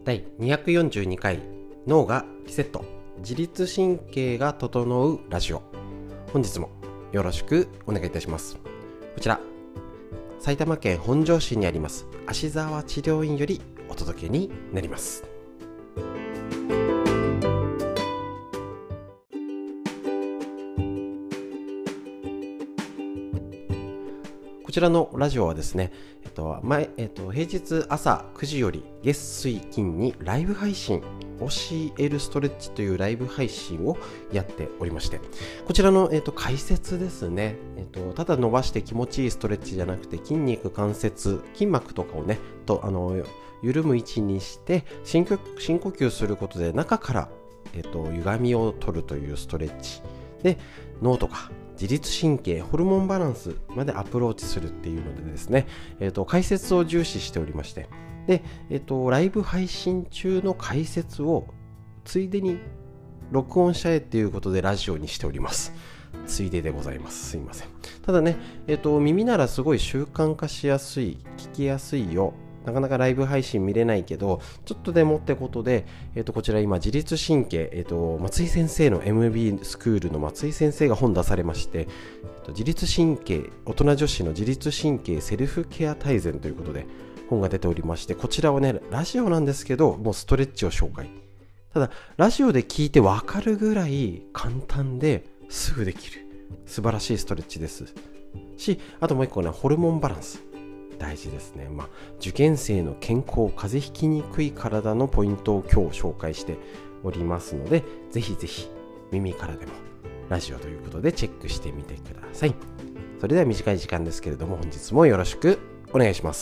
第242回脳がリセット、自律神経が整うラジオ。本日もよろしくお願いいたします。こちら埼玉県本庄市にあります芦沢治療院よりお届けになります。こちらのラジオはですね、平日朝9時より月水金にライブ配信、教えるストレッチというライブ配信をやっておりまして、こちらの、解説ですね、ただ伸ばして気持ちいいストレッチじゃなくて、筋肉、関節、筋膜とかをね緩む位置にして深呼吸することで中から、歪みを取るというストレッチで、脳とか自律神経、ホルモンバランスまでアプローチするっていうのでですね、解説を重視しておりまして、で、ライブ配信中の解説をついでに録音しちゃえっていうことでラジオにしております。ついででございます。すいません。ただね、耳ならすごい習慣化しやすい、聞きやすいよ。なかなかライブ配信見れないけど、ちょっとでもってことで、こちら今自律神経、松井先生の MB スクールの松井先生が本出されまして、自律神経、大人女子の自律神経セルフケア大全ということで本が出ておりまして、こちらをね、ラジオなんですけど、もうストレッチを紹介。ただ、ラジオで聞いてわかるぐらい簡単ですぐできる素晴らしいストレッチですし、あともう一個ね、ホルモンバランス。大事ですね。受験生の健康、風邪ひきにくい体のポイントを今日紹介しておりますので、ぜひぜひ耳からでもラジオということでチェックしてみてください。それでは短い時間ですけれども、本日もよろしくお願いします。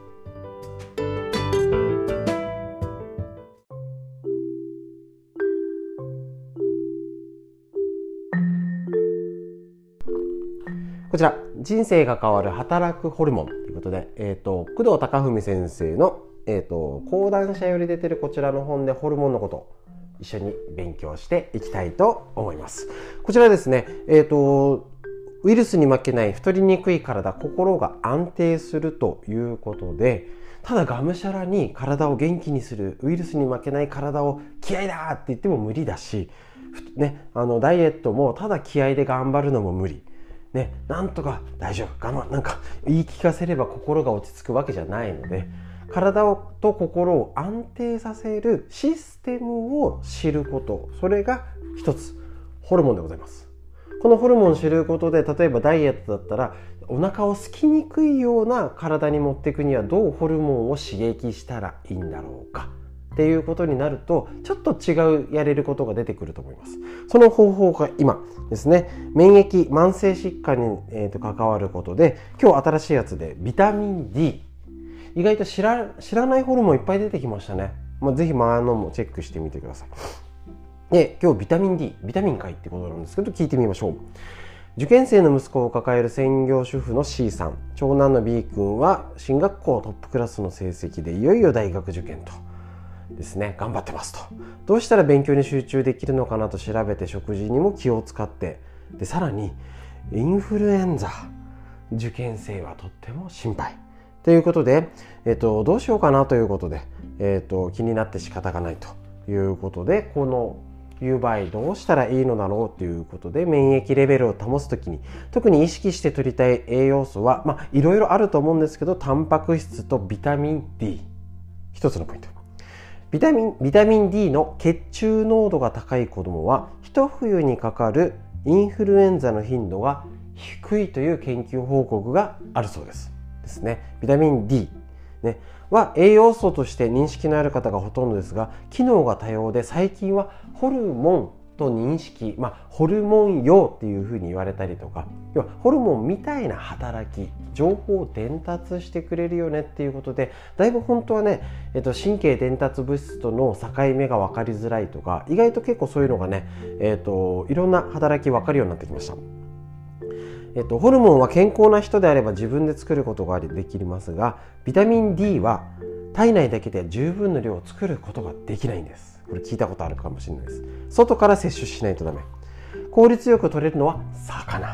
こちら、人生が変わる働くホルモンということで、工藤孝文先生の、講談社より出てるこちらの本でホルモンのことを一緒に勉強していきたいと思います。こちらですね、ウイルスに負けない太りにくい体、心が安定するということで、ただがむしゃらに体を元気にする、ウイルスに負けない体を気合だって言っても無理だし、ダイエットもただ気合で頑張るのも無理。なんとか大丈夫、我慢、なんか言い聞かせれば心が落ち着くわけじゃないので、体と心を安定させるシステムを知ること、それが一つホルモンでございます。このホルモンを知ることで、例えばダイエットだったらお腹を空きにくいような体に持っていくにはどうホルモンを刺激したらいいんだろうかっていうことになると、ちょっと違うやれることが出てくると思います。その方法が今ですね、免疫、慢性疾患に、関わることで、今日新しいやつでビタミン D、 意外と知らないホルモンいっぱい出てきましたね。ぜひ前のもチェックしてみてください。で、今日ビタミン D、 ビタミンかいってことなんですけど、聞いてみましょう。受験生の息子を抱える専業主婦の C さん、長男の B 君は進学校トップクラスの成績でいよいよ大学受験とですね、頑張ってますと。どうしたら勉強に集中できるのかなと調べて、食事にも気を使って、でさらにインフルエンザ、受験生はとっても心配ということで、どうしようかなということで、気になって仕方がないということで、このいう場合どうしたらいいのだろうということで、免疫レベルを保つときに特に意識して取りたい栄養素はいろいろあると思うんですけど、タンパク質とビタミン D、 一つのポイント。ビタミン D の血中濃度が高い子どもは一冬にかかるインフルエンザの頻度が低いという研究報告があるそうですね。ビタミン D、は栄養素として認識のある方がほとんどですが、機能が多様で、最近はホルモンと認識、ホルモン様っていうふうに言われたりとか、要はホルモンみたいな働き、情報を伝達してくれるよねっていうことで、だいぶ本当はね、神経伝達物質との境目が分かりづらいとか、意外と結構そういうのがね、いろんな働き分かるようになってきました。ホルモンは健康な人であれば自分で作ることができますが、ビタミン D は体内だけで十分な量を作ることができないんです。これ聞いたことあるかもしれないです。外から摂取しないとダメ。効率よく取れるのは魚。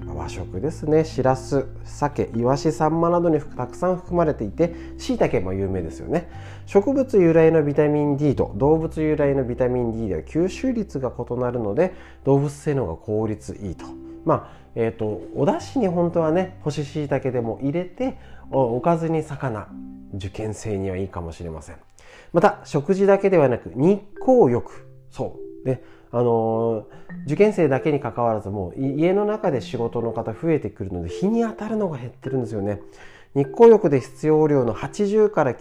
和食ですね。しらす、鮭、イワシ、サンマなどにたくさん含まれていて、椎茸も有名ですよね。植物由来のビタミン D と動物由来のビタミン D では吸収率が異なるので、動物性の方が効率いいと。お出汁に本当はね、干し椎茸でも入れておかずに魚、受験生にはいいかもしれません。また食事だけではなく日光浴、そうで受験生だけに関わらず、もう家の中で仕事の方増えてくるので、日に当たるのが減ってるんですよね。日光浴で必要量の80から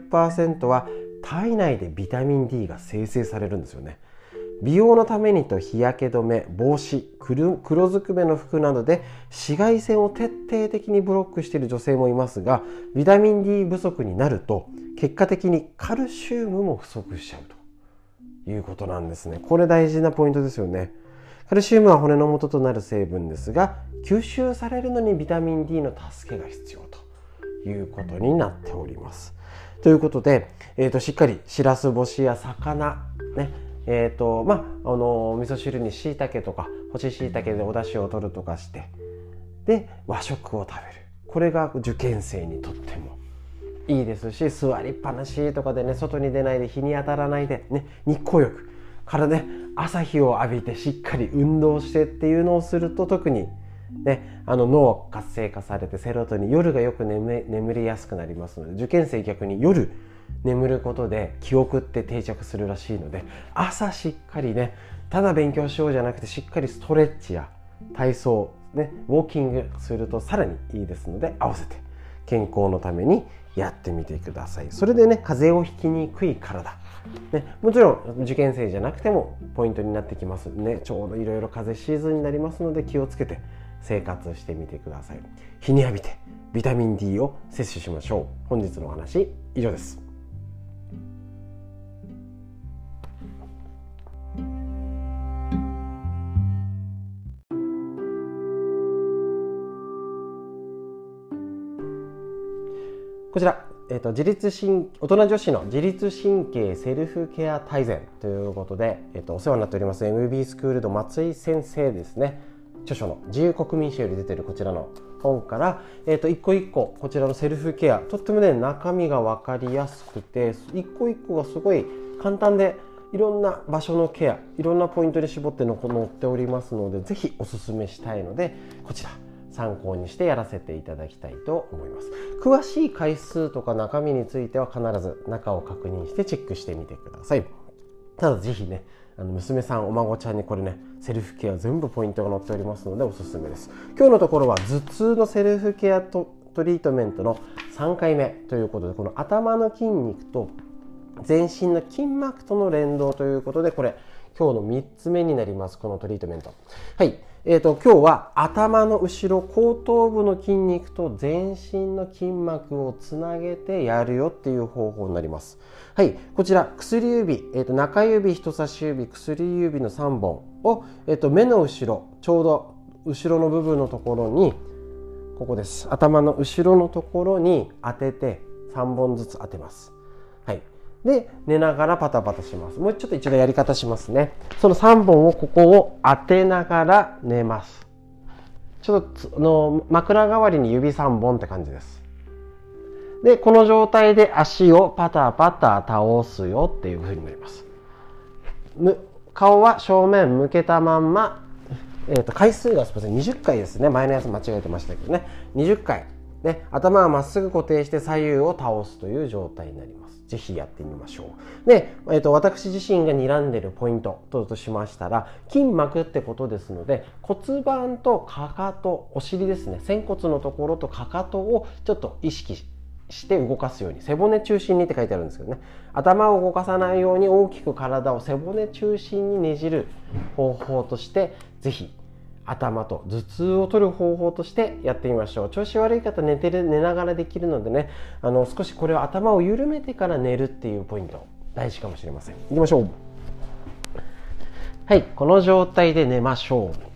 90% は体内でビタミン D が生成されるんですよね。美容のためにと日焼け止め、帽子、黒ずくめの服などで紫外線を徹底的にブロックしている女性もいますが、ビタミン D 不足になると結果的にカルシウムも不足しちゃうということなんですね。これ大事なポイントですよね。カルシウムは骨の元となる成分ですが、吸収されるのにビタミン D の助けが必要ということになっております。ということで、しっかりしらす干しや魚ね、味噌汁に椎茸とか干し椎茸でお出汁を取るとかして、で和食を食べる。これが受験生にとってもいいですし、座りっぱなしとかでね、外に出ないで日に当たらないでね、日光浴からね、朝日を浴びてしっかり運動してっていうのをすると、特にね、脳活性化されてセロトニン、夜がよく眠りやすくなりますので、受験生逆に夜眠ることで記憶って定着するらしいので、朝しっかりね、ただ勉強しようじゃなくて、しっかりストレッチや体操、ね、ウォーキングするとさらにいいですので、合わせて健康のためにやってみてください。それでね、風邪をひきにくい体、ね、もちろん受験生じゃなくてもポイントになってきますね。ちょうどいろいろ風邪シーズンになりますので、気をつけて生活してみてください。日に浴びてビタミン D を摂取しましょう。本日のお話以上です。こちら、大人女子の自律神経セルフケア大全ということで、お世話になっております MB スクールの松井先生ですね、著書の自由国民史より出ているこちらの本から、一個一個こちらのセルフケア、とってもね、中身が分かりやすくて、一個一個がすごい簡単で、いろんな場所のケア、いろんなポイントに絞って載っておりますので、ぜひおすすめしたいので、こちら参考にしてやらせていただきたいと思います。詳しい回数とか中身については必ず中を確認してチェックしてみてください。ただぜひね、娘さんお孫ちゃんにこれね、セルフケア全部ポイントが載っておりますのでおすすめです。今日のところは頭痛のセルフケアトリートメントの3回目ということで、この頭の筋肉と全身の筋膜との連動ということで、これ今日の3つ目になります。このトリートメント、はい、今日は頭の後ろ後頭部の筋肉と全身の筋膜をつなげてやるよっていう方法になります。はい、こちら薬指、中指、人差し指、薬指の3本を、目の後ろ、ちょうど後ろの部分のところに、ここです、頭の後ろのところに当てて3本ずつ当てます。はい、で寝ながらパタパタします。もうちょっと一度やり方しますね。その3本をここを当てながら寝ます。ちょっと枕代わりに指3本って感じです。でこの状態で足をパタパタ倒すよっていう風になります。顔は正面向けたまんま、回数がすみません、20回ですね。前のやつ間違えてましたけどね、20回で頭はまっすぐ固定して左右を倒すという状態になります。ぜひやってみましょう。で、私自身が睨んでいるポイントとしましたら、筋膜ってことですので、骨盤とかかと、お尻ですね、仙骨のところとかかとをちょっと意識して動かすように、背骨中心にって書いてあるんですけどね、頭を動かさないように大きく体を背骨中心にねじる方法として、ぜひ頭と頭痛を取る方法としてやってみましょう。調子悪い方、寝ながらできるのでね、少しこれは頭を緩めてから寝るっていうポイント大事かもしれません。いきましょう。はい、この状態で寝ましょう。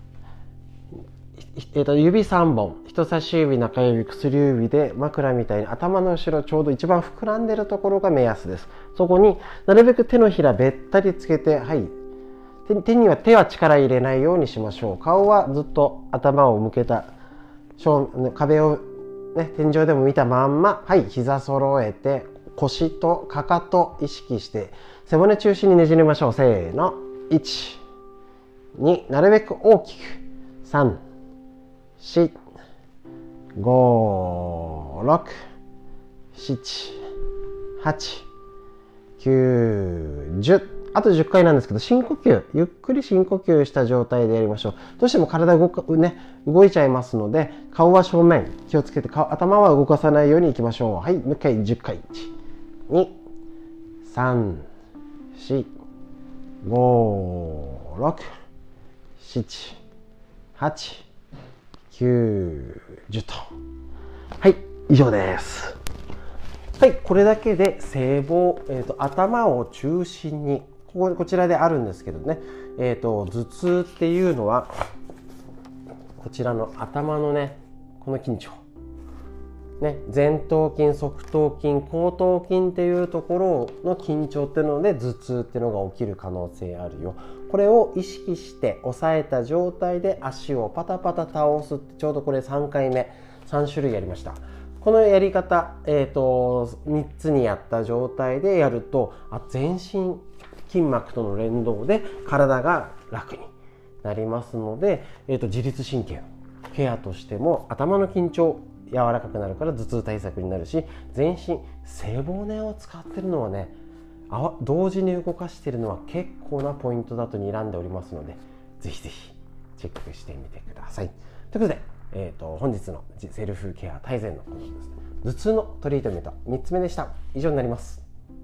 指3本、人差し指、中指、薬指で枕みたいに頭の後ろちょうど一番膨らんでるところが目安です。そこになるべく手のひらべったりつけて、はい、 手には力入れないようにしましょう。顔はずっと頭を向けた壁を、ね、天井でも見たまんま、はい、膝揃えて腰とかかと意識して背骨中心にねじりましょう。せーの、1、2、なるべく大きく、3、4、5、6、7、8、9、10。あと10回なんですけど、深呼吸、ゆっくり深呼吸した状態でやりましょう。どうしても体動いちゃいますので、顔は正面気をつけて、頭は動かさないようにいきましょう。はい、もう一回10回。1、2、3、4、5、6、7、8、9、10と。はい、以上です。はい、これだけで正棒、頭を中心にこちらであるんですけどね、頭痛っていうのはこちらの頭のね、この緊張、ね、前頭筋、側頭筋、後頭筋っていうところの緊張っていうので頭痛っていうのが起きる可能性あるよ。これを意識して押さえた状態で足をパタパタ倒すって、ちょうどこれ3回目3種類やりました。このやり方、3つにやった状態でやると、全身筋膜との連動で体が楽になりますので、自律神経のケアとしても頭の緊張柔らかくなるから頭痛対策になるし、全身背骨を使ってるのはね、同時に動かしているのは結構なポイントだと睨んでおりますので、ぜひぜひチェックしてみてください。ということで、本日のセルフケア大全のこのですね、頭痛のトリートメント3つ目でした。以上になります。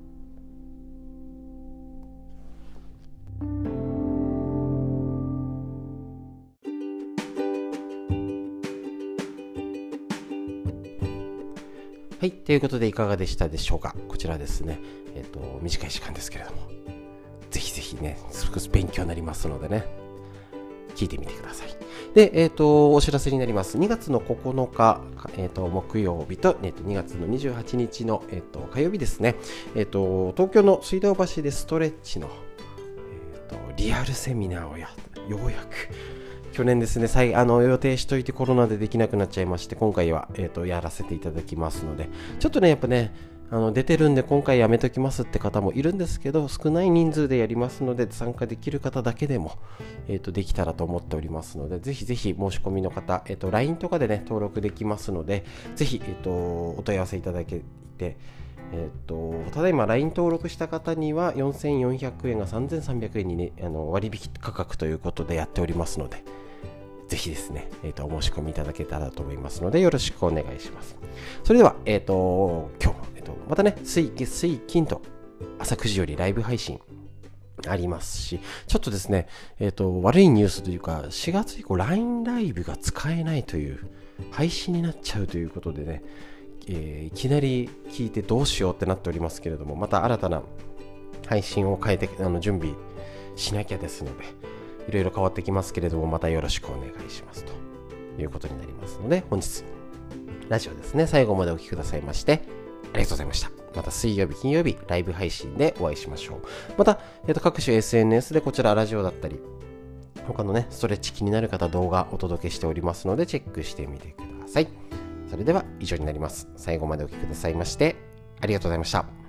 はい、ということでいかがでしたでしょうか。こちらですね、短い時間ですけれども、ぜひぜひね、少し勉強になりますのでね、聞いてみてください。で、お知らせになります。2月の9日、木曜日と、2月の28日の、火曜日ですね、東京の水道橋でストレッチの、リアルセミナーをようやく去年ですね、予定しといてコロナでできなくなっちゃいまして、今回は、やらせていただきますので、ちょっとね、やっぱね、出てるんで今回やめときますって方もいるんですけど、少ない人数でやりますので、参加できる方だけでも、できたらと思っておりますので、ぜひぜひ申し込みの方、LINE とかでね、登録できますので、ぜひ、お問い合わせいただけて、ただいま LINE 登録した方には4400円が3300円に、ね、割引価格ということでやっておりますので、ぜひですね、お申し込みいただけたらと思いますので、よろしくお願いします。それでは、今日も、またね、水金と朝9時よりライブ配信ありますし、ちょっとですね、悪いニュースというか、4月以降 LINE ライブが使えないという配信になっちゃうということでね、いきなり聞いてどうしようってなっておりますけれども、また新たな配信を変えて準備しなきゃですので、いろいろ変わってきますけれども、またよろしくお願いしますということになりますので、本日ラジオですね、最後までお聞きくださいましてありがとうございました。また水曜日金曜日ライブ配信でお会いしましょう。また、各種 SNS でこちらラジオだったり他のねストレッチ気になる方、動画お届けしておりますのでチェックしてみてください。それでは以上になります。最後までお聞きくださいましてありがとうございました。